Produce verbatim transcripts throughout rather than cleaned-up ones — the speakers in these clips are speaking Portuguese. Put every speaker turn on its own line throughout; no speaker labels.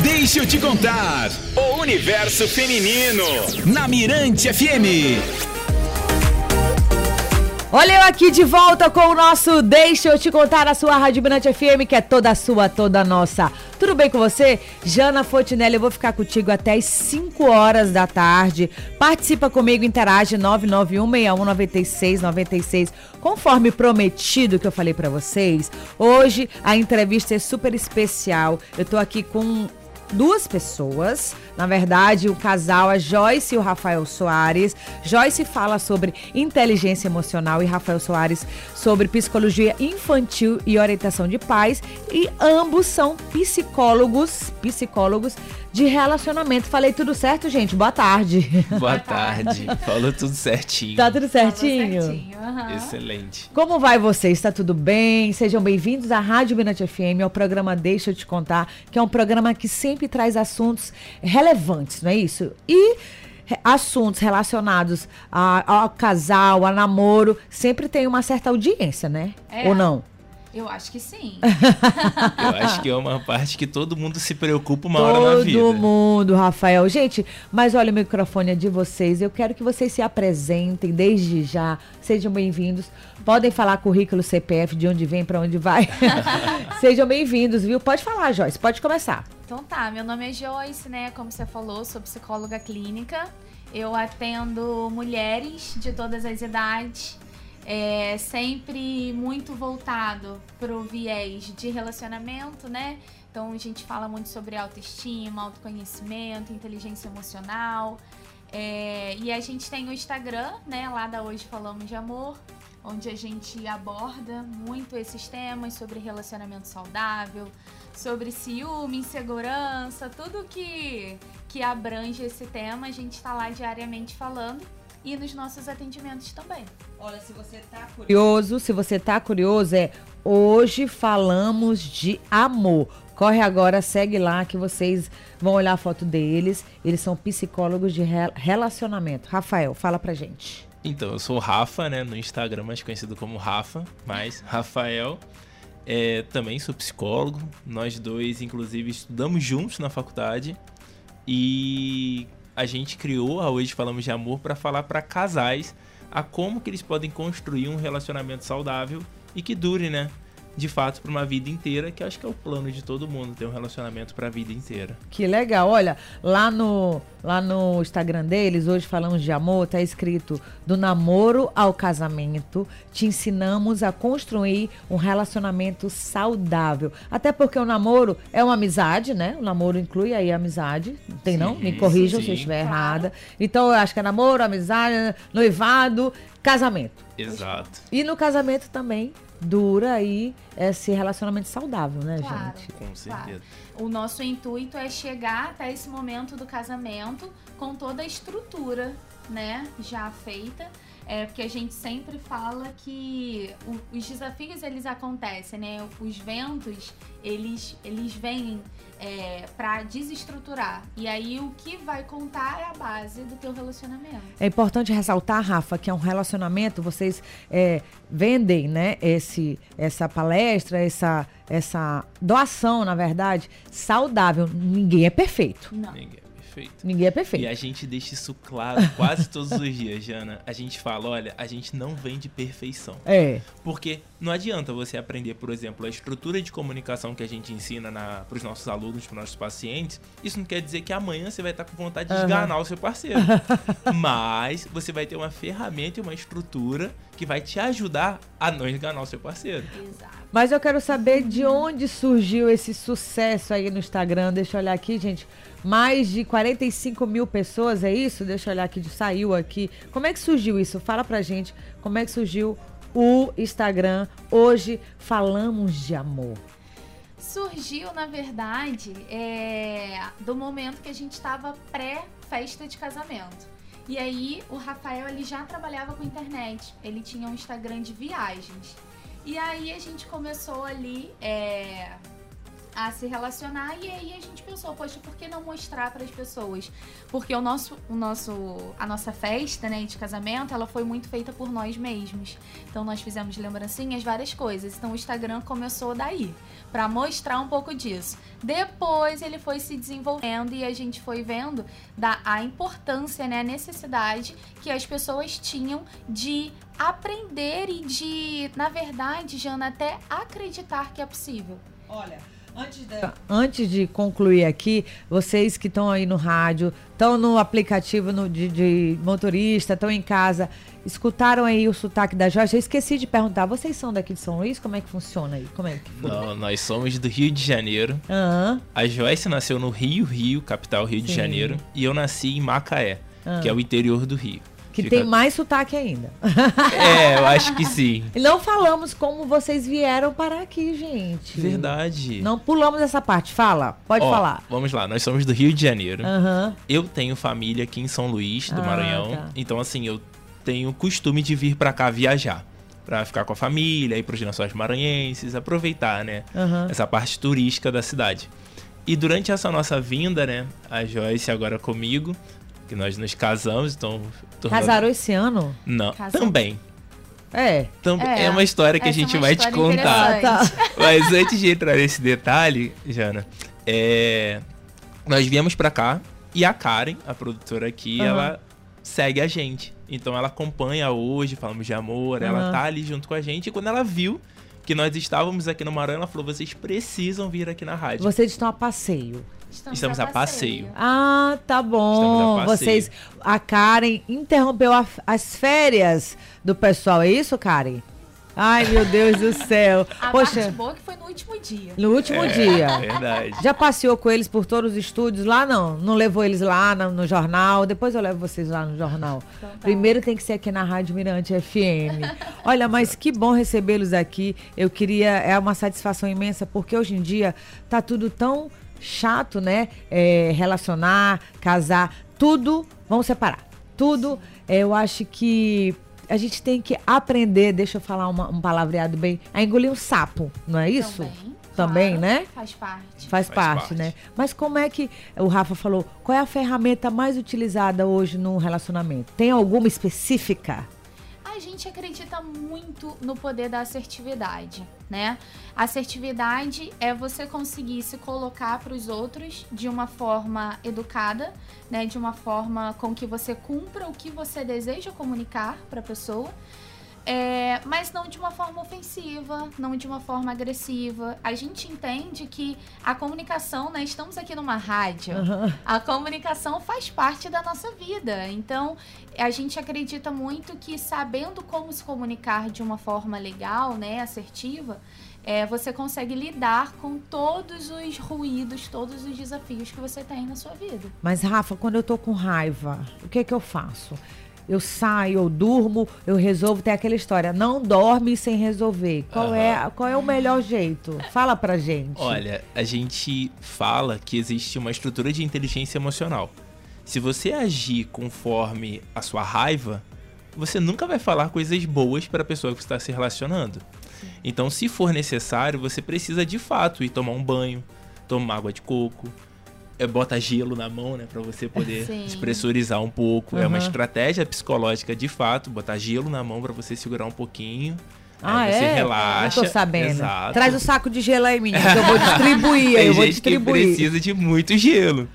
Deixa eu te contar. O universo feminino. Na Mirante F M.
Olha eu aqui de volta com o nosso Deixa eu te contar, a sua Rádio Mirante F M, que é toda sua, toda nossa. Tudo bem com você? Jana Fontinelli, eu vou ficar contigo até as cinco horas da tarde. Participa comigo, interage nove nove um, seis um nove seis nove seis. Conforme prometido que eu falei pra vocês, hoje a entrevista é super especial. Eu tô aqui com duas pessoas, na verdade, o casal, a Joyce e o Rafael Soares. Joyce fala sobre inteligência emocional e Rafael Soares sobre psicologia infantil e orientação de pais, e ambos são psicólogos, psicólogos de relacionamento. Falei tudo certo, gente? Boa tarde.
Boa tarde. Falou tudo certinho.
Tá tudo certinho?
Tudo certinho, uhum.
Excelente.
Como vai vocês? Está tudo bem? Sejam bem-vindos à Rádio Mirante F M, ao programa Deixa eu te contar, que é um programa que sempre traz assuntos relevantes, não é isso? E assuntos relacionados a, ao casal, a namoro, sempre tem uma certa audiência, né?
É.
Ou não?
Eu acho que sim.
Eu acho que é uma parte que todo mundo se preocupa uma hora na vida.
Todo mundo, Rafael. Gente, mas olha, o microfone é de vocês. Eu quero que vocês se apresentem desde já. Sejam bem-vindos. Podem falar currículo, C P F, de onde vem, para onde vai. Sejam bem-vindos, viu? Pode falar, Joyce. Pode começar.
Então tá, meu nome é Joyce, né? Como você falou, sou psicóloga clínica. Eu atendo mulheres de todas as idades. É sempre muito voltado pro viés de relacionamento, né? Então a gente fala muito sobre autoestima, autoconhecimento, inteligência emocional. É, e a gente tem o Instagram, né? Lá da Hoje Falamos de Amor, onde a gente aborda muito esses temas sobre relacionamento saudável, sobre ciúme, insegurança, tudo que, que abrange esse tema, a gente está lá diariamente falando. E nos nossos atendimentos também.
Olha, se você tá curioso, se você tá curioso, é Hoje Falamos de Amor. Corre agora, segue lá que vocês vão olhar a foto deles. Eles são psicólogos de relacionamento. Rafael, fala pra gente.
Então, eu sou o Rafa, né? No Instagram, mais conhecido como Rafa, mas Rafael. É, também sou psicólogo. Nós dois, inclusive, estudamos juntos na faculdade. E a gente criou a Hoje Falamos de Amor para falar para casais a como que eles podem construir um relacionamento saudável e que dure, né? De fato, para uma vida inteira, que eu acho que é o plano de todo mundo, ter um relacionamento para a vida inteira.
Que legal. Olha, lá no, lá no Instagram deles, Hoje Falamos de Amor, tá escrito: do namoro ao casamento, te ensinamos a construir um relacionamento saudável. Até porque o namoro é uma amizade, né? O namoro inclui aí a amizade, tem sim, não? Me corrijam sim, se eu estiver claro. errada. Então, eu acho que é namoro, amizade, noivado, casamento.
Exato.
E no casamento também dura aí esse relacionamento saudável, né,
claro,
gente?
Com certeza.
Claro. O nosso intuito é chegar até esse momento do casamento com toda a estrutura, né, já feita. É porque a gente sempre fala que o, os desafios, eles acontecem, né? Os ventos, eles, eles vêm é, para desestruturar. E aí o que vai contar é a base do teu relacionamento.
É importante ressaltar, Rafa, que é um relacionamento, vocês é, vendem, né, esse, essa palestra, essa, essa doação, na verdade, saudável. Ninguém é perfeito.
Não.
Ninguém. Perfeito.
Ninguém é perfeito.
E a gente deixa isso claro quase todos os dias, Jana. A gente fala, olha, a gente não vende perfeição.
É.
Porque não adianta você aprender, por exemplo, a estrutura de comunicação que a gente ensina para os nossos alunos, para os nossos pacientes. Isso não quer dizer que amanhã você vai estar com vontade de uhum. esganar o seu parceiro. Mas você vai ter uma ferramenta e uma estrutura que vai te ajudar a não esganar o seu parceiro.
Exato.
Mas eu quero saber de onde surgiu esse sucesso aí no Instagram. Deixa eu olhar aqui, gente. Mais de quarenta e cinco mil pessoas, é isso? Deixa eu olhar aqui, saiu aqui. Como é que surgiu isso? Fala pra gente como é que surgiu o Instagram Hoje Falamos de Amor.
Surgiu, na verdade, é, do momento que a gente estava pré-festa de casamento. E aí, o Rafael, ele já trabalhava com internet. Ele tinha um Instagram de viagens. E aí, a gente começou ali... É, a se relacionar, e aí a gente pensou, poxa, por que não mostrar para as pessoas? Porque o nosso, o nosso, a nossa festa, né, de casamento, ela foi muito feita por nós mesmos. Então nós fizemos lembrancinhas, várias coisas. Então o Instagram começou daí, para mostrar um pouco disso. Depois ele foi se desenvolvendo e a gente foi vendo da, a importância, né, a necessidade que as pessoas tinham de aprender e de, na verdade, Jana, até acreditar que é possível.
Olha, antes de, antes de concluir aqui, vocês que estão aí no rádio, estão no aplicativo no, de, de motorista, estão em casa, escutaram aí o sotaque da Joyce? Eu esqueci de perguntar, vocês são daqui de São Luís? Como é que funciona aí? Como é que foi?
Não, nós somos do Rio de Janeiro.
Uhum.
A Joyce nasceu no Rio, Rio, capital Rio
Sim.
de Janeiro. E eu nasci em Macaé,
uhum.
que é o interior do Rio.
Que
Fica...
tem mais sotaque ainda.
É, eu acho que sim.
E não falamos como vocês vieram parar aqui, gente.
Verdade.
Não pulamos essa parte. Fala, pode
Ó,
falar.
Vamos lá, nós somos do Rio de Janeiro.
Uhum.
Eu tenho família aqui em São Luís, do
Ah,
Maranhão.
tá.
Então, assim, eu tenho costume de vir pra cá viajar. Pra ficar com a família, ir pros Lençóis Maranhenses, aproveitar, né?
Uhum.
Essa parte turística da cidade. E durante essa nossa vinda, né? A Joyce agora comigo, que nós nos casamos, então... tornando-
Casaram esse ano?
Não,
Casamos.
também.
É.
Tam-
É,
é uma história que a
essa é
gente
uma
vai te
história
contar.
interessante.
Ah,
Mas antes de entrar nesse detalhe, Jana, é... nós viemos pra cá e a Karen, a produtora aqui,
Aham.
ela segue a gente. Então ela acompanha hoje, falamos de amor, ela
Aham.
tá ali junto com a gente. E quando ela viu que nós estávamos aqui no Maranhão, ela falou, vocês precisam vir aqui na rádio.
Vocês estão a passeio.
Estamos a passeio.
Ah, tá bom.
Estamos a passeio.
Vocês, a Karen interrompeu a- as férias do pessoal, é isso, Karen? Ai, meu Deus do céu.
A
Poxa,
parte boa que foi no último dia.
no último
É,
dia.
verdade.
Já passeou com eles por todos os estúdios lá, não? Não levou eles lá no, no jornal? Depois eu levo vocês lá no jornal.
Então tá.
Primeiro tem que ser aqui na Rádio Mirante F M. Olha, mas que bom recebê-los aqui. Eu queria... É uma satisfação imensa, porque hoje em dia tá tudo tão chato, né? É, relacionar, casar, tudo... Vamos separar. Tudo, é, eu acho que... A gente tem que aprender, deixa eu falar uma, um palavreado bem, a engolir um sapo, não é isso?
Também,
Também,
claro,
né?
Faz parte.
Faz,
Faz
parte,
parte.
né? Mas como é que, o Rafa falou, qual é a ferramenta mais utilizada hoje no relacionamento? Tem alguma específica?
A gente acredita muito no poder da assertividade, né? Assertividade é você conseguir se colocar para os outros de uma forma educada, né? De uma forma com que você cumpra o que você deseja comunicar para a pessoa. É, mas não de uma forma ofensiva, não de uma forma agressiva. A gente entende que a comunicação, né? Estamos aqui numa rádio,
Uhum.
a comunicação faz parte da nossa vida. Então, a gente acredita muito que sabendo como se comunicar de uma forma legal, né? Assertiva, é, você consegue lidar com todos os ruídos, todos os desafios que você tem na sua vida.
Mas, Rafa, quando eu tô com raiva, o que é que eu faço? Eu saio, eu durmo, eu resolvo. Tem aquela história, não dorme sem resolver. Qual, é, qual é o melhor jeito? Fala pra gente.
Olha, a gente fala que existe uma estrutura de inteligência emocional. Se você agir conforme a sua raiva, você nunca vai falar coisas boas para a pessoa que você está se relacionando. Então, se for necessário, você precisa de fato ir tomar um banho, tomar água de coco, é, bota gelo na mão, né, para você poder
Sim.
se pressurizar um pouco. É uma
Uhum.
estratégia psicológica de fato, botar gelo na mão para você segurar um pouquinho.
Ah,
aí você
é?
relaxa.
Eu tô sabendo.
Exato.
Traz o saco de gelo aí, menino, que eu vou distribuir.
Tem
eu vou
gente
distribuir.
que precisa de muito gelo.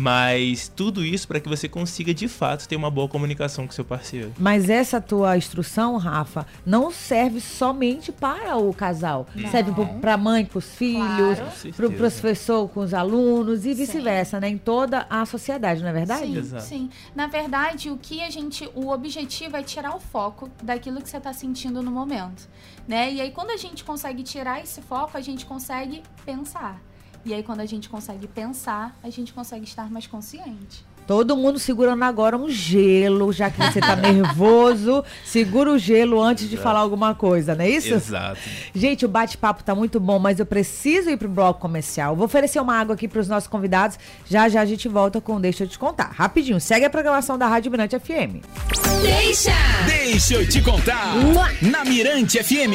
Mas tudo isso para que você consiga, de fato, ter uma boa comunicação com seu parceiro.
Mas essa tua instrução, Rafa, não serve somente para o casal.
Não.
Serve para a mãe, para os filhos,
Claro.
Com
para o
certeza.
professor com os alunos e vice-versa, né? Em toda a sociedade, não é verdade?
Sim,
Exato.
sim. Na verdade, o que a gente, o objetivo é tirar o foco daquilo que você está sentindo no momento, né? E aí, quando a gente consegue tirar esse foco, a gente consegue pensar. E aí, quando a gente consegue pensar, a gente consegue estar mais consciente.
Todo mundo segurando agora um gelo, já que você tá nervoso. Segura o gelo antes de falar alguma coisa, não é isso?
Exato.
Gente, o bate-papo tá muito bom, mas eu preciso ir pro bloco comercial. Vou oferecer uma água aqui pros nossos convidados. Já já a gente volta com Deixa Eu Te Contar. Rapidinho, segue a programação da Rádio Mirante F M.
Deixa! Deixa eu te contar! Na Mirante F M.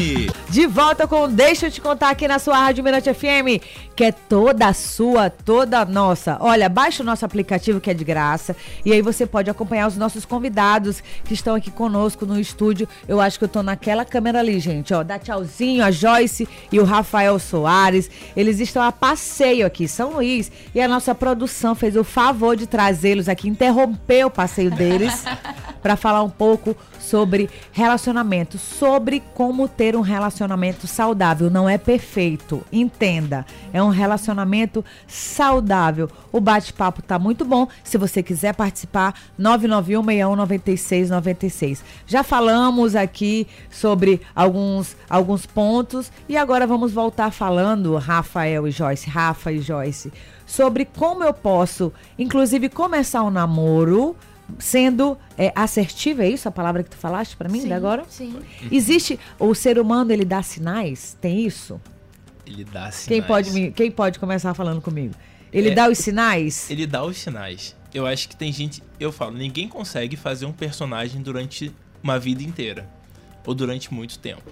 De volta com Deixa Eu Te Contar aqui na sua Rádio Mirante F M, que é toda sua, toda nossa. Olha, baixa o nosso aplicativo que é de graça e aí você pode acompanhar os nossos convidados que estão aqui conosco no estúdio. Eu acho que eu tô naquela câmera ali, gente, ó, dá tchauzinho, a Joyce e o Rafael Soares. Eles estão a passeio aqui, São Luís, e a nossa produção fez o favor de trazê-los aqui, interromper o passeio deles para falar um pouco sobre relacionamento, sobre como ter um relacionamento saudável. Não é perfeito, entenda, é um relacionamento saudável. O bate-papo tá muito bom. Se você quiser participar, nove nove um, seis um nove seis nove seis. Já falamos aqui sobre alguns, alguns pontos e agora vamos voltar falando, Rafael e Joyce, Rafa e Joyce, sobre como eu posso, inclusive, começar um namoro sendo é, assertivo. É isso a palavra que tu falaste pra mim,
Sim,
de agora?
Sim.
Existe, o ser humano, ele dá sinais? Tem isso?
Ele dá sinais.
Quem pode, me, quem pode começar falando comigo? Ele
É,
dá os sinais?
Ele dá os sinais. Eu acho que tem gente... Eu falo, ninguém consegue fazer um personagem durante uma vida inteira. Ou durante muito tempo.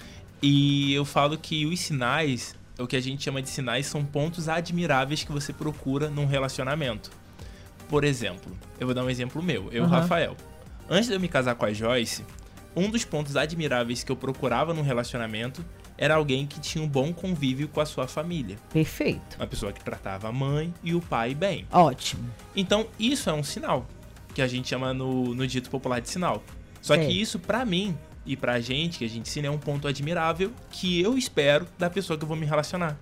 E eu falo que os sinais, o que a gente chama de sinais, são pontos admiráveis que você procura num relacionamento. Por exemplo, eu vou dar um exemplo meu, eu,
Uhum.
Rafael. Antes de eu me casar com a Joyce, um dos pontos admiráveis que eu procurava num relacionamento era alguém que tinha um bom convívio com a sua família.
Perfeito.
Uma pessoa que tratava a mãe e o pai bem.
Ótimo.
Então, isso é um sinal, que a gente chama no, no dito popular de sinal. Só
Sei.
que isso, pra mim e pra gente, que a gente ensina, é um ponto admirável que eu espero da pessoa que eu vou me relacionar.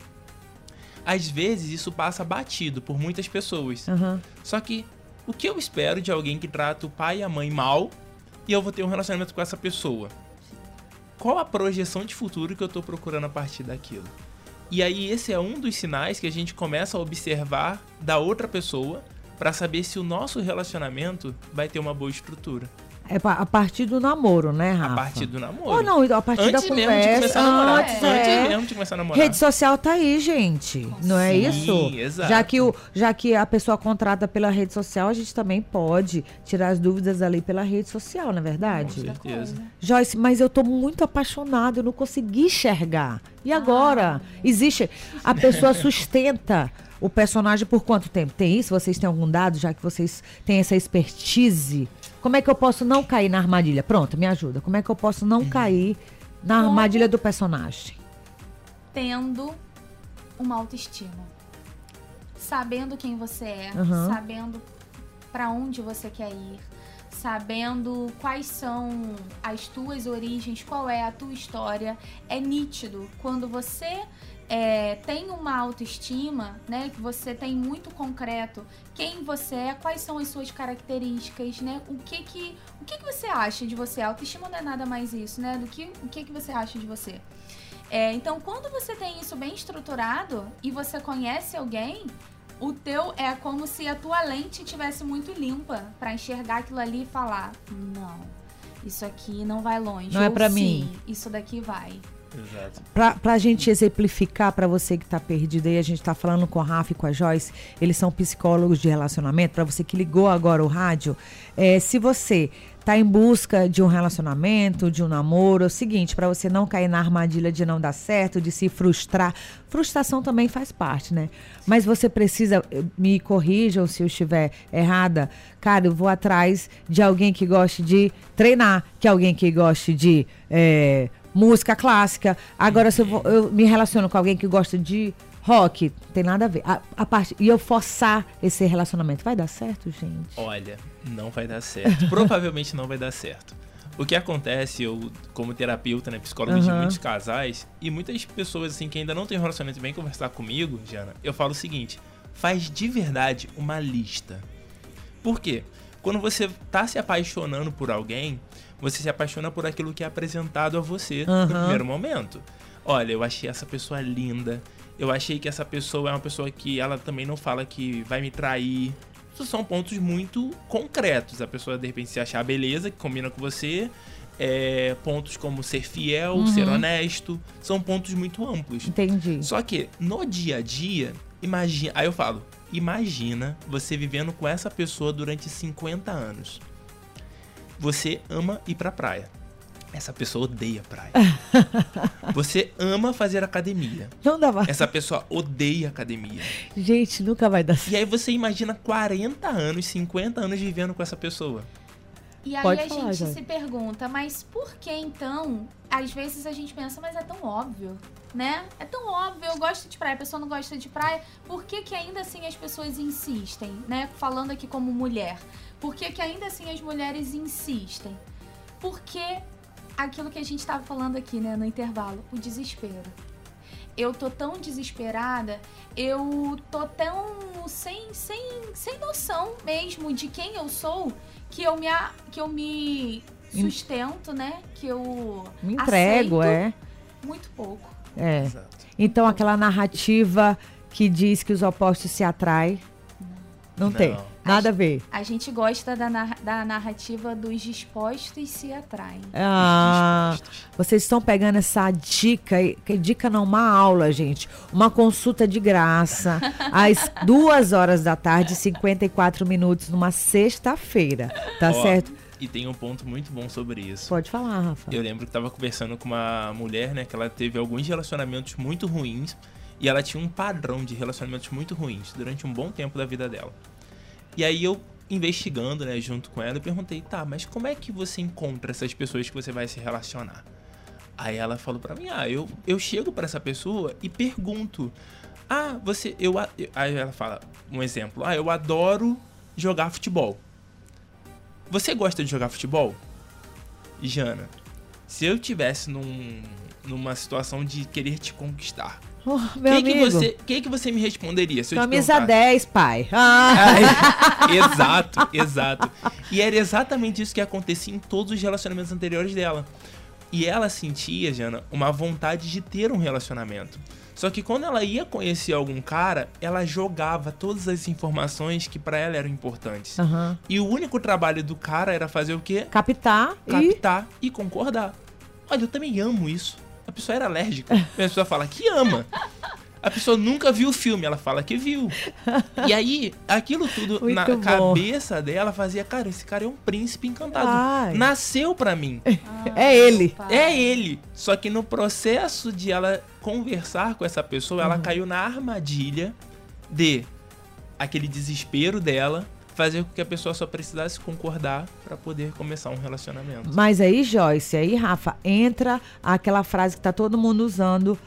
Às vezes, isso passa batido por muitas pessoas.
Uhum.
Só que, o que eu espero de alguém que trata o pai e a mãe mal e eu vou ter um relacionamento com essa pessoa? Qual a projeção de futuro que eu tô procurando a partir daquilo? E aí, esse é um dos sinais que a gente começa a observar da outra pessoa para saber se o nosso relacionamento vai ter uma boa estrutura.
É pa- a partir do namoro, né, Rafa?
A partir do namoro.
Ou não, a partir
Antes
da
mesmo de
conversa.
começar a namorar.
Antes,
Antes
é.
mesmo de começar a namorar.
Rede social tá aí, gente. Não é
Sim,
isso?
exato.
Já que, o, já que a pessoa contrata pela rede social, a gente também pode tirar as dúvidas ali pela rede social, não é
Com
verdade?
certeza.
Joyce, mas eu tô muito apaixonada, eu não consegui enxergar. E agora? Existe. A pessoa sustenta o personagem por quanto tempo? Tem isso? Vocês têm algum dado, já que vocês têm essa expertise? Como é que eu posso não cair na armadilha? Pronto, me ajuda. Como é que eu posso não cair na
Como?
armadilha do personagem?
Tendo uma autoestima. Sabendo quem você é,
Uhum.
sabendo pra onde você quer ir, sabendo quais são as tuas origens, qual é a tua história. É nítido quando você é, tem uma autoestima, né, que você tem muito concreto quem você é, quais são as suas características, né, o que que, o que, que você acha de você. A autoestima não é nada mais isso, né, do que o que, que você acha de você. É, então, quando você tem isso bem estruturado e você conhece alguém, o teu é como se a tua lente tivesse muito limpa pra enxergar aquilo ali e falar, não, isso aqui não vai longe.
Não é
Ou
pra
sim,
mim.
isso daqui vai.
Exato.
Pra, pra gente exemplificar pra você que tá perdido aí, a gente tá falando com a Rafa e com a Joyce, eles são psicólogos de relacionamento. Pra você que ligou agora o rádio, é, se você tá em busca de um relacionamento, de um namoro, é o seguinte, pra você não cair na armadilha de não dar certo, de se frustrar. Frustração também faz parte, né? Mas você precisa, me corrijam se eu estiver errada, cara, eu vou atrás de alguém que goste de treinar, que é alguém que goste de é, música clássica. Agora, se eu, vou, eu me relaciono com alguém que gosta de rock, tem nada a ver. A, a parte, e eu forçar esse relacionamento, vai dar certo, gente?
Olha, não vai dar certo. Provavelmente não vai dar certo. O que acontece, eu, como terapeuta, né, psicólogo de
Uhum.
muitos casais, e muitas pessoas assim que ainda não têm um relacionamento, vêm conversar comigo, Jana, eu falo o seguinte: faz de verdade uma lista. Por quê? Quando você tá se apaixonando por alguém, você se apaixona por aquilo que é apresentado a você
Uhum.
no primeiro momento. Olha, eu achei essa pessoa linda, eu achei que essa pessoa é uma pessoa que ela também não fala que vai me trair. Isso são pontos muito concretos. A pessoa, de repente, se achar beleza, que combina com você. É, pontos como ser fiel,
Uhum.
ser honesto. São pontos muito amplos.
Entendi.
Só que, no dia a dia, imagina... Aí eu falo, imagina você vivendo com essa pessoa durante cinquenta anos. Você ama ir pra praia. Essa pessoa odeia praia. Você ama fazer academia.
Não dá mais.
Essa pessoa odeia academia.
Gente, nunca vai dar certo.
E aí você imagina quarenta anos, cinquenta anos vivendo com essa pessoa.
E aí
Pode
a
falar,
gente
Joy.
se pergunta, mas por que então? Às vezes a gente pensa, mas é tão óbvio, né? É tão óbvio, eu gosto de praia, a pessoa não gosta de praia. Por que que ainda assim as pessoas insistem, né? Falando aqui como mulher. Por que que ainda assim as mulheres insistem? Porque aquilo que a gente estava falando aqui, né, no intervalo, o desespero. Eu tô tão desesperada, eu tô tão sem, sem, sem noção mesmo de quem eu sou, que eu me, a- que eu me sustento, né? Que eu
Me entrego,
aceito
é.
muito pouco.
É.
Exato.
Então, aquela narrativa que diz que os opostos se atraem, não,
Não.
tem. Nada a ver.
A gente gosta da, nar- da narrativa dos dispostos se atraem.
Ah,
Dispostos.
vocês estão pegando essa dica, que dica não, uma aula, gente. Uma consulta de graça, às duas horas da tarde, cinquenta e quatro minutos, numa sexta-feira. Tá
Ó,
certo?
E tem um ponto muito bom sobre isso.
Pode falar, Rafa.
Eu lembro que tava conversando com uma mulher, né, que ela teve alguns relacionamentos muito ruins e ela tinha um padrão de relacionamentos muito ruins durante um bom tempo da vida dela. E aí eu, investigando, né, junto com ela, eu perguntei, tá, mas como é que você encontra essas pessoas que você vai se relacionar? Aí ela falou pra mim, ah, eu, eu chego pra essa pessoa e pergunto, ah, você, eu, a- eu- aí ela fala, um exemplo, ah, eu adoro jogar futebol. Você gosta de jogar futebol? Jana, se eu tivesse num, numa situação de querer te conquistar,
Oh,
o
meu
que, que,
amigo,
você, que, que você me responderia se eu te
camisa
perguntasse?
dez, pai. Ah,
Ai, exato, exato. E era exatamente isso que acontecia em todos os relacionamentos anteriores dela. E ela sentia, Jana, uma vontade de ter um relacionamento. Só que quando ela ia conhecer algum cara, ela jogava todas as informações que pra ela eram importantes.
aham.
E o único trabalho do cara era fazer o quê?
Captar e...
Captar e concordar. Olha, eu também amo isso. A pessoa era alérgica. A pessoa fala que ama. A pessoa nunca viu o filme, ela fala que viu. E aí, aquilo tudo
Muito
na
bom.
cabeça dela fazia, cara, esse cara é um príncipe encantado.
Ai.
Nasceu pra mim.
É ele.
Pai.
É ele. Só que no processo de ela conversar com essa pessoa, ela caiu na armadilha de aquele desespero dela fazer com que a pessoa só precisasse concordar pra poder começar um relacionamento.
Mas aí, Joyce, aí, Rafa, entra aquela frase que tá todo mundo usando,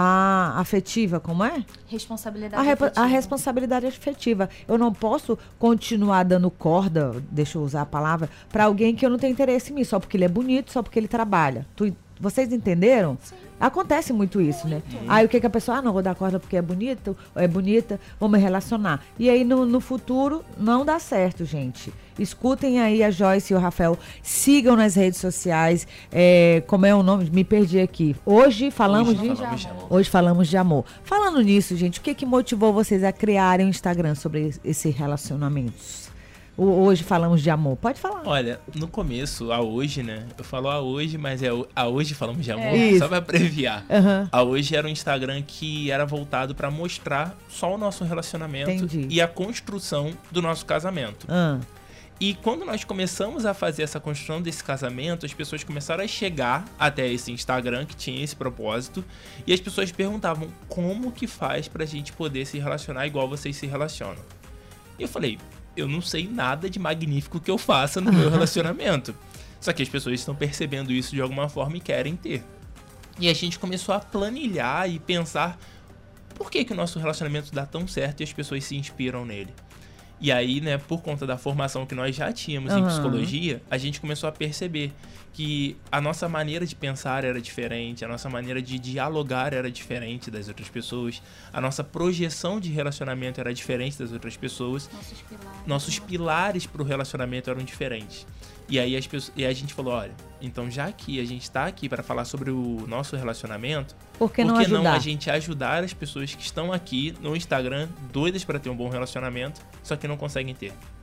a afetiva, como é?
Responsabilidade
A, repa- a
afetiva.
responsabilidade afetiva. Eu não posso continuar dando corda, deixa eu usar a palavra, pra alguém que eu não tenho interesse em mim, só porque ele é bonito, só porque ele trabalha. Tu- vocês entenderam?
Sim.
Acontece muito isso, né? Aí o que que a pessoa, ah, não vou dar corda porque é bonito, ou é bonita, vou me relacionar. E aí no, no futuro não dá certo, gente. Escutem aí a Joyce e o Rafael, sigam nas redes sociais, é, como é o nome? Me perdi aqui. Hoje falamos
Hoje
de...
falamos de amor.
Hoje falamos de amor. Falando nisso, gente, o que que motivou vocês a criarem um Instagram sobre esse relacionamentos? O- Hoje falamos de amor. Pode falar.
Olha, no começo, a hoje, né? Eu falo a hoje, mas é o- a hoje falamos de amor,
Isso.
só pra abreviar.
Aham.
A hoje era um Instagram que era voltado pra mostrar só o nosso relacionamento
Entendi.
e a construção do nosso casamento.
Ah,
E quando nós começamos a fazer essa construção desse casamento, as pessoas começaram a chegar até esse Instagram que tinha esse propósito e as pessoas perguntavam como que faz pra gente poder se relacionar igual vocês se relacionam. E eu falei, eu não sei nada de magnífico que eu faça no meu relacionamento. Só que as pessoas estão percebendo isso de alguma forma e querem ter. E a gente começou a planilhar e pensar por que que o nosso relacionamento dá tão certo e as pessoas se inspiram nele. E aí, né, por conta da formação que nós já tínhamos em
Aham.
psicologia, a gente começou a perceber que a nossa maneira de pensar era diferente, a nossa maneira de dialogar era diferente das outras pessoas, a nossa projeção de relacionamento era diferente das outras pessoas,
Nossos pilares.
nossos
né?
pilares para o relacionamento eram diferentes. E aí as pessoas, e a gente falou, olha, então já que a gente está aqui para falar sobre o nosso relacionamento,
por que
por
não
que
ajudar?
não a gente ajudar as pessoas que estão aqui no Instagram, doidas para ter um bom relacionamento, só que não conseguem ter?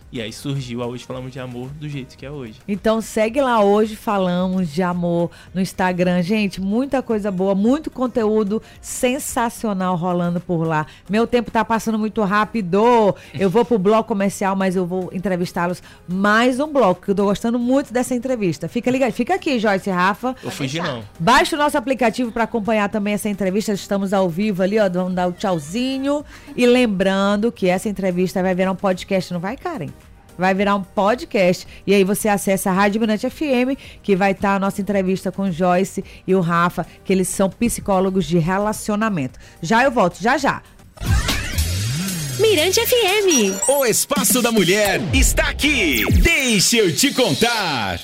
E aí surgiu a Hoje Falamos de Amor do jeito que é hoje.
Então segue lá Hoje Falamos de Amor no Instagram. Gente, muita coisa boa, muito conteúdo sensacional rolando por lá. Meu tempo tá passando muito rápido. Eu vou pro bloco comercial, mas eu vou entrevistá-los mais um bloco, que eu tô gostando muito dessa entrevista. Fica ligado, fica aqui, Joyce e Rafa.
Eu fugi não.
Baixe o nosso aplicativo para acompanhar também essa entrevista. Estamos ao vivo ali, ó, vamos dar o tchauzinho. E lembrando que essa entrevista vai virar um podcast, não vai, Karen? Vai virar um podcast. E aí você acessa a Rádio Mirante F M, que vai estar a nossa entrevista com Joyce e o Rafa, que eles são psicólogos de relacionamento. Já eu volto, já já.
Mirante F M. O Espaço da Mulher está aqui. Deixa eu te contar.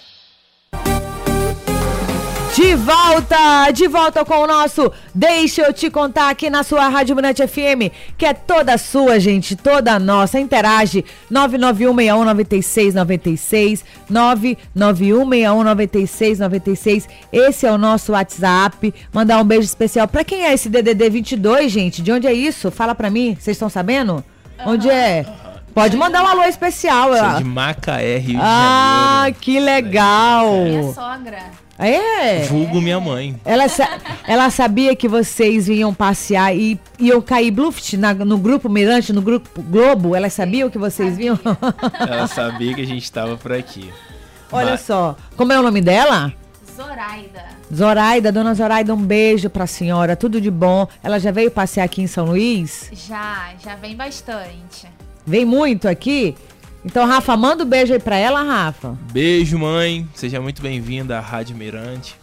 De volta, de volta com o nosso Deixa eu te contar aqui na sua Rádio Mirante F M, que é toda sua, gente, toda nossa. Interage nove nove um seis um nove seis nove seis, nove nove um seis um nove seis nove seis. Esse é o nosso WhatsApp. Mandar um beijo especial. Pra quem é esse D D D vinte e dois, gente? De onde é isso? Fala pra mim, vocês estão sabendo? Uhum. Onde é? Pode mandar um alô especial.
Sou de Macaé, Rio de
Ah,
Janeiro.
que legal.
Minha sogra.
É?
Vulgo minha mãe.
Ela, sa- ela sabia que vocês vinham passear e iam cair bluft na- no grupo Mirante, no grupo Globo? Ela sabia que vocês vinham?
Ela sabia que a gente estava por aqui.
Olha
Mas-
só, como é o nome dela?
Zoraida.
Zoraida, dona Zoraida, um beijo pra senhora, tudo de bom. Ela já veio passear aqui em São Luís?
Já, já vem bastante.
Vem muito aqui? Então, Rafa, manda um beijo aí pra ela, Rafa.
Beijo, mãe. Seja muito bem-vinda à Rádio Mirante.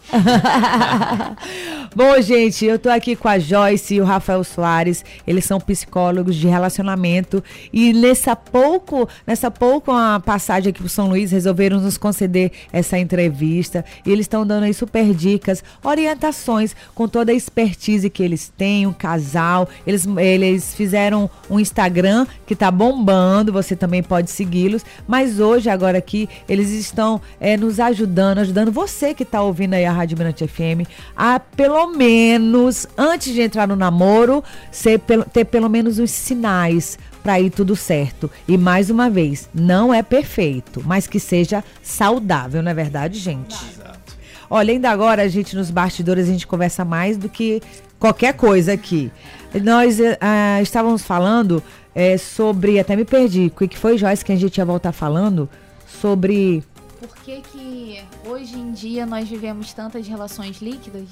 Bom, gente, eu tô aqui com a Joyce e o Rafael Soares. Eles são psicólogos de relacionamento e nessa pouco, nessa pouca passagem aqui pro São Luís, resolveram nos conceder essa entrevista e eles estão dando aí super dicas, orientações com toda a expertise que eles têm, um casal. Eles, eles fizeram um Instagram que tá bombando, você também pode segui-los, mas hoje, agora aqui, eles estão é, nos ajudando, ajudando você que tá ouvindo aí a Rádio Mirante F M a, pelo menos, antes de entrar no namoro, ser, ter pelo menos os sinais para ir tudo certo. E mais uma vez, não é perfeito, mas que seja saudável, não é verdade, gente?
Exato.
Olha, ainda agora, a gente, nos bastidores, a gente conversa mais do que qualquer coisa aqui. Nós ah, estávamos falando é, sobre, até me perdi, o que foi, Joyce, que a gente ia voltar falando sobre...
Por que que hoje em dia nós vivemos tantas relações líquidas?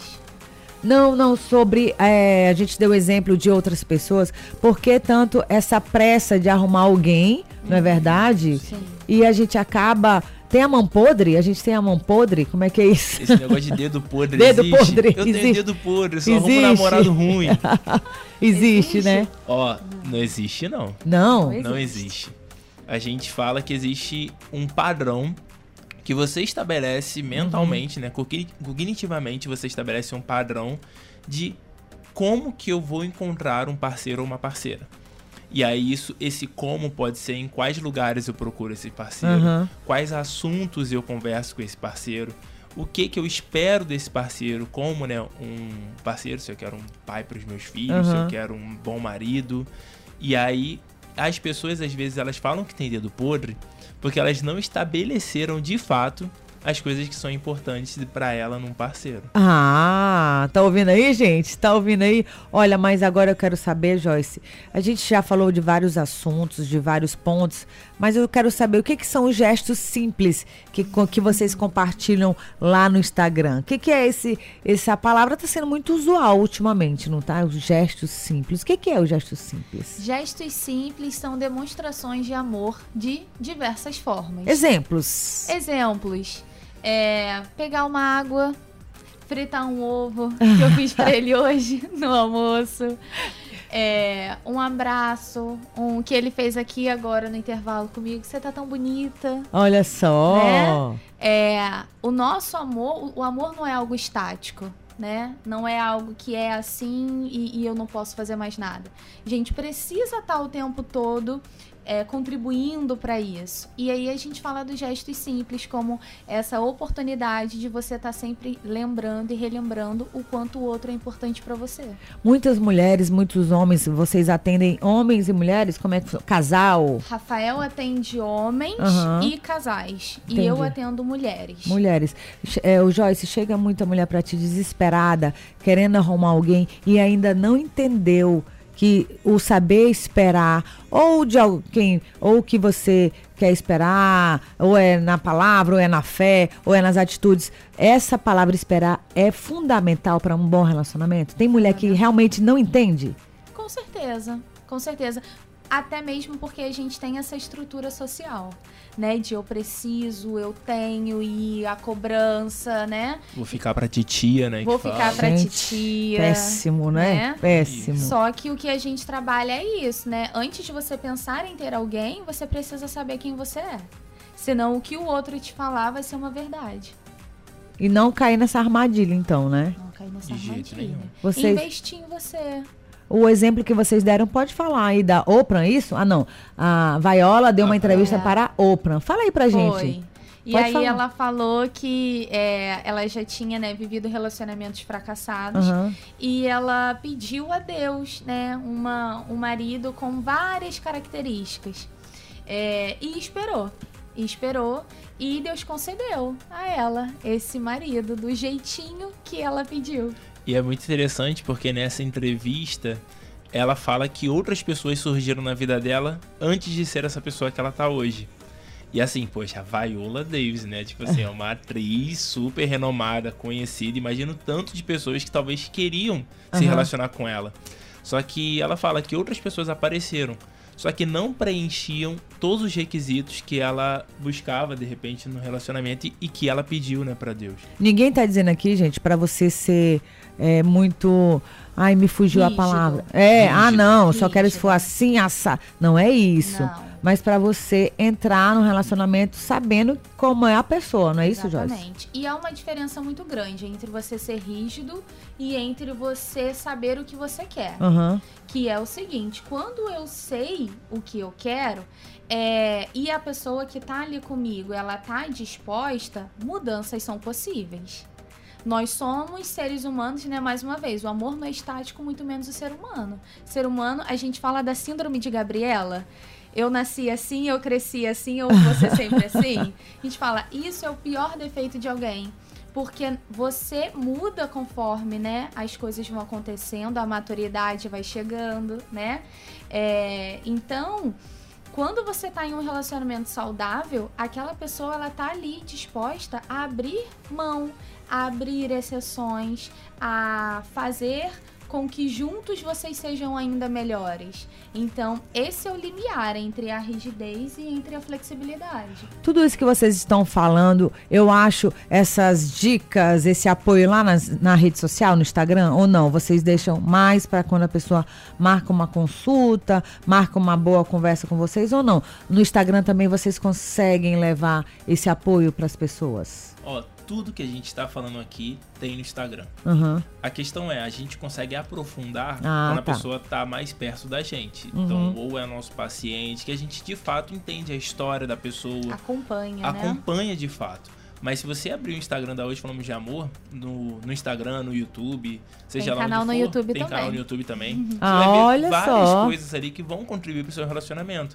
Não, não, sobre, é, a gente deu exemplo de outras pessoas, por que tanto essa pressa de arrumar alguém, não é verdade?
Sim.
E a gente acaba, tem a mão podre? A gente tem a mão podre? Como é que é isso?
Esse negócio de dedo podre
Dedo
existe.
podre,
Eu tenho
existe.
dedo podre, só arrumo
Existe.
um namorado ruim.
Existe,
Existe?
né?
Ó, não existe não.
Não?
Não existe. A gente fala que existe um padrão que você estabelece mentalmente, né? cogni- Cognitivamente você estabelece um padrão de como que eu vou encontrar um parceiro ou uma parceira. E aí isso, esse como pode ser em quais lugares eu procuro esse parceiro,
Uhum.
quais assuntos eu converso com esse parceiro, o que que eu espero desse parceiro, como, né, um parceiro, se eu quero um pai para os meus filhos, se
Uhum.
eu quero um bom marido. E aí as pessoas às vezes elas falam que tem dedo podre porque elas não estabeleceram de fato as coisas que são importantes para ela num parceiro.
Ah, tá ouvindo aí, gente? Tá ouvindo aí? Olha, mas agora eu quero saber, Joyce, a gente já falou de vários assuntos, de vários pontos, mas eu quero saber o que, que são os gestos simples que, com- que vocês compartilham lá no Instagram. O que, que é esse, essa palavra tá sendo muito usual ultimamente, não tá? Os gestos simples. O que, que é o gesto simples?
Gestos simples são demonstrações de amor de diversas formas.
Exemplos.
Exemplos. É, pegar uma água, fritar um ovo, que eu fiz pra ele hoje no almoço. É, um abraço, um que ele fez aqui agora no intervalo comigo. Você tá tão bonita.
Olha só.
É, o nosso amor, o amor não é algo estático, né? Não é algo que é assim e, e eu não posso fazer mais nada. A gente precisa estar o tempo todo é, contribuindo para isso. E aí a gente fala dos gestos simples, como essa oportunidade de você estar tá sempre lembrando e relembrando o quanto o outro é importante para você.
Muitas mulheres, muitos homens, vocês atendem homens e mulheres? Como é que casal?
Rafael atende homens
Uhum.
e casais.
Entendi.
E eu atendo mulheres.
Mulheres. É, o Joyce, chega muita mulher pra ti desesperada, querendo arrumar alguém e ainda não entendeu que o saber esperar, ou de alguém, ou que você quer esperar, ou é na palavra, ou é na fé, ou é nas atitudes. Essa palavra esperar é fundamental para um bom relacionamento? Tem mulher que realmente não entende?
Com certeza, com certeza. Até mesmo porque a gente tem essa estrutura social, né? De eu preciso, eu tenho, e a cobrança, né?
Vou ficar pra titia, né?
Vou
que
ficar
fala.
pra
Gente,
titia.
Péssimo, né?
né?
Péssimo.
Só que o que a gente trabalha é isso, né? Antes de você pensar em ter alguém, você precisa saber quem você é. Senão o que o outro te falar vai ser uma verdade.
E não cair nessa armadilha, então, né?
Não cair nessa
De jeito
armadilha.
nenhum.
Vocês-
Investir em você.
O exemplo que vocês deram, pode falar aí da Oprah, isso? Ah, não. A Viola deu uma
Ah,
entrevista
é.
para a Oprah. Fala aí pra gente.
Foi. E
Pode
aí
falar.
ela falou que é, ela já tinha, né, vivido relacionamentos fracassados.
Aham.
E ela pediu a Deus, né, uma, um marido com várias características. É, e esperou. E esperou. E Deus concedeu a ela esse marido do jeitinho que ela pediu.
E é muito interessante porque nessa entrevista ela fala que outras pessoas surgiram na vida dela antes de ser essa pessoa que ela tá hoje. E assim, poxa, a Viola Davis, né? Tipo assim, é uma atriz super renomada, conhecida. Imagina o tanto de pessoas que talvez queriam se
Aham.
relacionar com ela. Só que ela fala que outras pessoas apareceram, só que não preenchiam todos os requisitos que ela buscava, de repente, no relacionamento e, e que ela pediu, né, pra Deus.
Ninguém tá dizendo aqui, gente, pra você ser é, muito... Ai, me fugiu
Rígido.
a palavra. É, ah,
Rígido.
não, só quero se
Rígido.
for assim, assar. Não é isso.
Não.
Mas pra você entrar no relacionamento sabendo como é a pessoa, não é isso, Joyce?
Exatamente. E há uma diferença muito grande entre você ser rígido e entre você saber o que você quer.
Aham.
Que é o seguinte, quando eu sei o que eu quero, é, e a pessoa que tá ali comigo, ela tá disposta, mudanças são possíveis. Nós somos seres humanos, né? Mais uma vez, o amor não é estático, muito menos o ser humano. Ser humano, a gente fala da síndrome de Gabriela. Eu nasci assim, eu cresci assim, eu vou ser sempre assim. A gente fala, isso é o pior defeito de alguém. Porque você muda conforme, né, as coisas vão acontecendo, a maturidade vai chegando, né? É, então, quando você tá em um relacionamento saudável, aquela pessoa, ela tá ali disposta a abrir mão, a abrir exceções, a fazer com que juntos vocês sejam ainda melhores. Então, esse é o limiar entre a rigidez e entre a flexibilidade.
Tudo isso que vocês estão falando, eu acho essas dicas, esse apoio lá nas, na rede social, no Instagram, ou não? Vocês deixam mais para quando a pessoa marca uma consulta, marca uma boa conversa com vocês, ou não? No Instagram também vocês conseguem levar esse apoio para as pessoas?
Ó, tudo que a gente tá falando aqui tem no Instagram.
Uhum.
A questão é, a gente consegue aprofundar
Ah,
quando a
tá.
pessoa tá mais perto da gente.
Uhum.
Então, ou é nosso paciente, que a gente de fato entende a história da pessoa,
Acompanha, né?
acompanha de fato. Mas se você abrir o Instagram da Hoje Falamos de Amor, no, no Instagram, no YouTube, seja
Tem
lá
canal
onde
no
for,
YouTube
tem
também.
canal no YouTube também. Você
Ah,
vai ver
olha
várias
só.
coisas ali que vão contribuir pro seu relacionamento.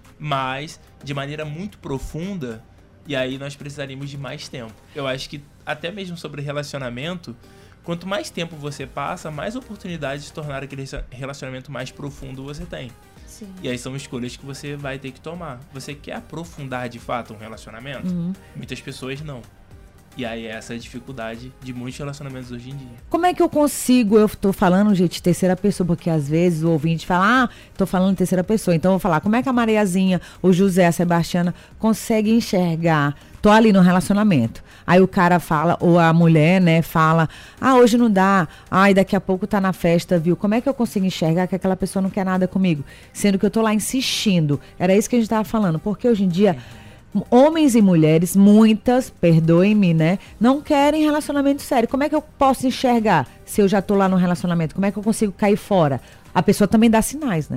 Mas, de maneira muito profunda, e aí nós precisaríamos de mais tempo. Eu acho que até mesmo sobre relacionamento, quanto mais tempo você passa, mais oportunidades de tornar aquele relacionamento mais profundo você tem.
Sim.
E aí são escolhas que você vai ter que tomar. Você quer aprofundar de fato um relacionamento?
Uhum.
Muitas pessoas não. E aí essa é a dificuldade de muitos relacionamentos hoje em dia.
Como é que eu consigo, eu tô falando, gente, terceira pessoa, porque às vezes o ouvinte fala, ah, tô falando terceira pessoa, então eu vou falar, como é que a Mariazinha, o José, a Sebastiana consegue enxergar? Tô ali no relacionamento. Aí o cara fala, ou a mulher, né, fala, ah, hoje não dá, ai, daqui a pouco tá na festa, viu? Como é que eu consigo enxergar que aquela pessoa não quer nada comigo? Sendo que eu tô lá insistindo. Era isso que a gente tava falando, porque hoje em dia... Homens e mulheres, muitas, perdoem-me, né? Não querem relacionamento sério. Como é que eu posso enxergar se eu já tô lá no relacionamento? Como é que eu consigo cair fora? A pessoa também dá sinais, né?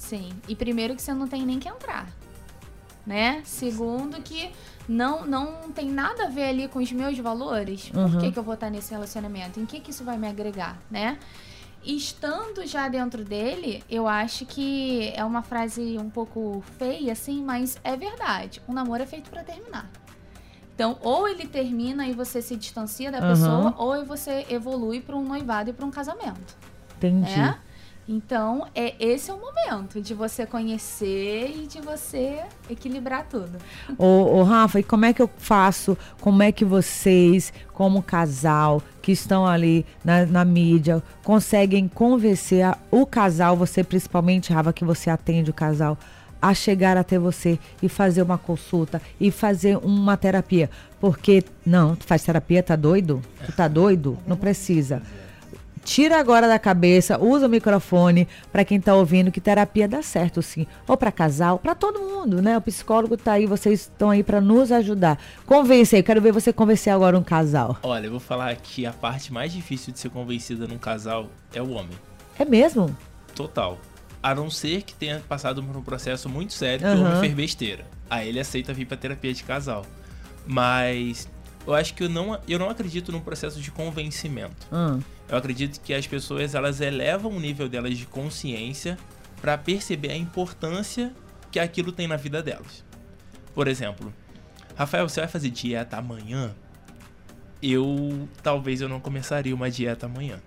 Sim. E primeiro que você não tem nem que entrar, né? Segundo que não, não tem nada a ver ali com os meus valores. Por
Uhum.
que que eu vou estar nesse relacionamento? Em que que isso vai me agregar, né? Estando já dentro dele, eu acho que é uma frase um pouco feia, assim, mas é verdade. Um namoro é feito pra terminar. Então, ou ele termina e você se distancia da
Uhum.
pessoa, ou você evolui pra um noivado e pra um casamento.
Entendi.
Né? Então, é, esse é o momento de você conhecer e de você equilibrar tudo.
Ô, ô, Rafa, e como é que eu faço? Como é que vocês, como casal, que estão ali na, na mídia, conseguem convencer a- o casal, você principalmente, Rafa, que você atende o casal, a chegar até você e fazer uma consulta e fazer uma terapia? Porque, não, tu faz terapia, tá doido? Tu tá doido? Não precisa. Tira agora da cabeça, usa o microfone para quem tá ouvindo, que terapia dá certo sim. Ou para casal, para todo mundo, né? O psicólogo tá aí, vocês estão aí para nos ajudar. Convencer, eu quero ver você convencer agora um casal.
Olha, eu vou falar que a parte mais difícil de ser convencida num casal é o homem.
É mesmo?
Total. A não ser que tenha passado por um processo muito sério, que o
Aham.
homem fez besteira. Aí ele aceita vir pra terapia de casal. Mas eu acho que eu não, eu não acredito num processo de convencimento.
Hum.
Eu acredito que as pessoas, elas elevam o nível delas de consciência pra perceber a importância que aquilo tem na vida delas. Por exemplo, Rafael, você vai fazer dieta amanhã? Eu, talvez eu não começaria uma dieta amanhã.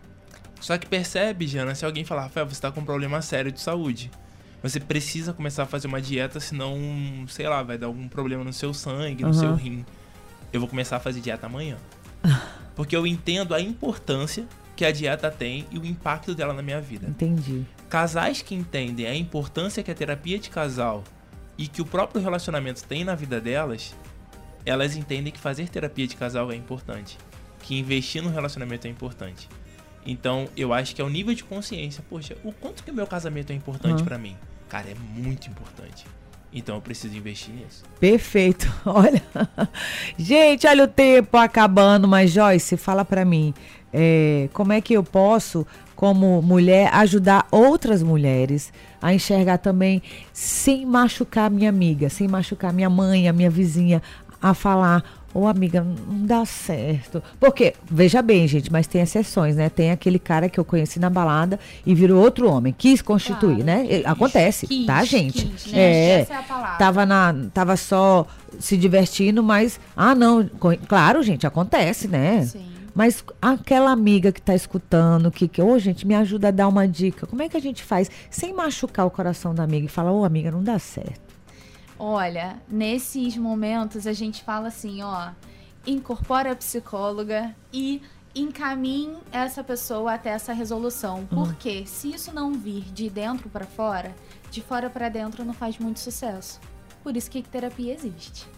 Só que percebe, Jana, se alguém falar, Rafael, você tá com um problema sério de saúde. Você precisa começar a fazer uma dieta, senão, sei lá, vai dar algum problema no seu sangue, no
Uhum.
seu rim. Eu vou começar a fazer dieta amanhã. Porque eu entendo a importância que a dieta tem e o impacto dela na minha vida.
Entendi.
Casais que entendem a importância que a terapia de casal e que o próprio relacionamento tem na vida delas, elas entendem que fazer terapia de casal é importante. Que investir no relacionamento é importante. Então, eu acho que é o nível de consciência. Poxa, o quanto que o meu casamento é importante
Uhum.
pra mim? Cara, é muito importante. Então, eu preciso investir nisso.
Perfeito. Olha. Gente, olha o tempo acabando, mas Joyce, fala pra mim, é, como é que eu posso, como mulher, ajudar outras mulheres a enxergar também, sem machucar minha amiga, sem machucar minha mãe, a minha vizinha, a falar, ô amiga, não dá certo. Porque, veja bem, gente, mas tem exceções, né? Tem aquele cara que eu conheci na balada e virou outro homem, quis constituir,
Claro,
né?
quis,
Acontece,
quis,
tá, gente?
quis, né?
É,
Essa é a palavra.
tava, na, tava só se divertindo, mas, ah, não, co- claro, gente, acontece, né?
Sim.
Mas aquela amiga que tá escutando, que, que, ô, gente, me ajuda a dar uma dica. Como é que a gente faz sem machucar o coração da amiga e falar, ô, amiga, não dá certo?
Olha, nesses momentos a gente fala assim, ó, incorpora a psicóloga e encaminhe essa pessoa até essa resolução. Porque se isso não vir de dentro pra fora, de fora pra dentro não faz muito sucesso. Por isso que terapia existe.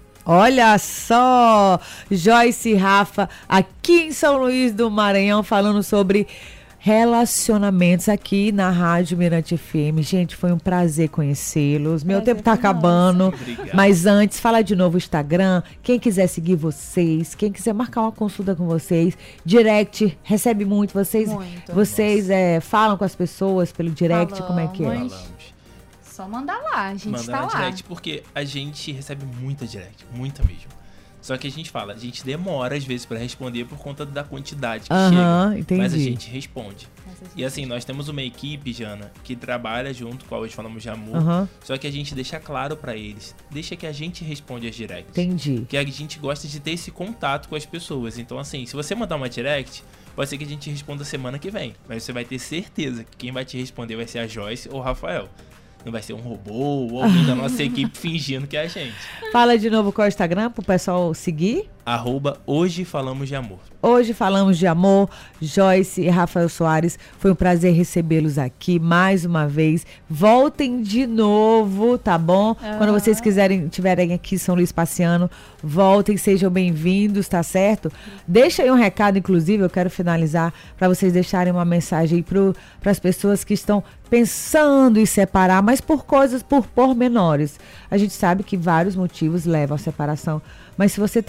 Olha só, Joyce e Rafa, aqui em São Luís do Maranhão, falando sobre relacionamentos aqui na Rádio Mirante F M. Gente, foi um prazer conhecê-los. Meu
Prazer
tempo tá
foi
acabando,
Obrigado.
mas antes, fala de novo o Instagram. Quem quiser seguir vocês, quem quiser marcar uma consulta com vocês, direct, recebe muito. Vocês,
Muito.
vocês é, falam com as pessoas pelo direct, como é que é?
Falamos.
Falamos.
Só mandar lá, a gente
Manda
tá
na
lá.
direct, porque a gente recebe muita direct, muita mesmo. Só que a gente fala, a gente demora às vezes pra responder por conta da quantidade que
Aham,
chega.
entendi.
Mas a gente responde.
Mas a gente-
E assim, nós temos uma equipe, Jana, que trabalha junto com a Hoje Falamos de Amor.
Aham,
Só que a gente deixa claro pra eles, deixa que a gente responde as directs.
entendi.
Que a gente gosta de ter esse contato com as pessoas. Então assim, se você mandar uma direct, pode ser que a gente responda semana que vem. Mas você vai ter certeza que quem vai te responder vai ser a Joyce ou o Rafael. Não vai ser um robô ou alguém da nossa equipe fingindo que é a gente.
Fala de novo qual é o Instagram pro pessoal seguir.
Arroba Hoje Falamos de Amor.
Hoje falamos de amor, Joyce e Rafael Soares. Foi um prazer recebê-los aqui mais uma vez. Voltem de novo, tá bom? Quando vocês quiserem, tiverem aqui em São Luís passeando, voltem, sejam bem-vindos, tá certo? Deixa aí um recado, inclusive, eu quero finalizar, para vocês deixarem uma mensagem para as pessoas que estão pensando em separar, mas por coisas, por pormenores. A gente sabe que vários motivos levam à separação, mas se você tá ouvindo a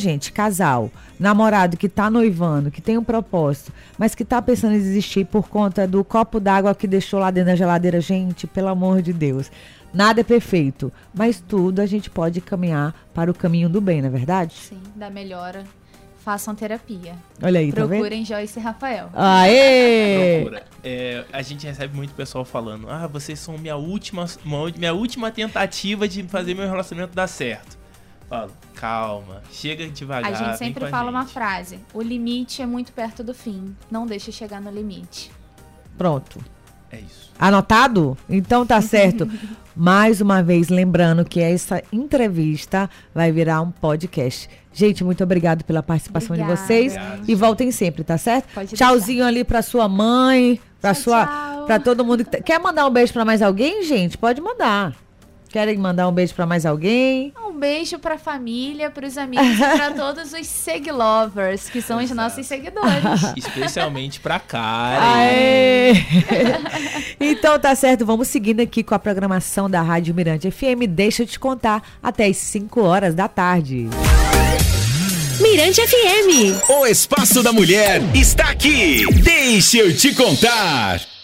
gente, casal, namorado que tá noivando, que tem um propósito, mas que tá pensando em desistir por conta do copo d'água que deixou lá dentro da geladeira, gente, pelo amor de Deus. Nada é perfeito, mas tudo a gente pode caminhar para o caminho do bem, não é verdade?
Sim, da melhora. Façam terapia.
Olha aí, tá vendo?
Procurem Joyce e Rafael.
Aê!
Procura. É, a gente recebe muito pessoal falando: ah, vocês são minha última, minha última tentativa de fazer meu relacionamento dar certo. Falo, calma, chega devagar.
A gente sempre
vem com a
fala
gente.
uma frase: o limite é muito perto do fim. Não deixe chegar no limite.
Pronto.
É isso.
Anotado? Então tá certo. Mais uma vez, lembrando que essa entrevista vai virar um podcast. Gente, muito obrigado pela participação
Obrigada.
de vocês.
Obrigado,
E voltem sempre, tá certo?
Pode
Tchauzinho ali pra sua mãe, pra
Tchau,
sua,
tchau.
pra todo mundo. Que tá... Quer mandar um beijo pra mais alguém, gente? Pode mandar. Querem mandar um beijo pra mais alguém?
Um beijo pra família, pros amigos e pra todos os Seglovers, que são os
Exato.
nossos seguidores.
Especialmente pra Karen.
Aê! Então tá certo, vamos seguindo aqui com a programação da Rádio Mirante F M. Deixa eu te contar, até as cinco horas da tarde.
Mirante F M.
O Espaço da Mulher está aqui. Deixa eu te contar.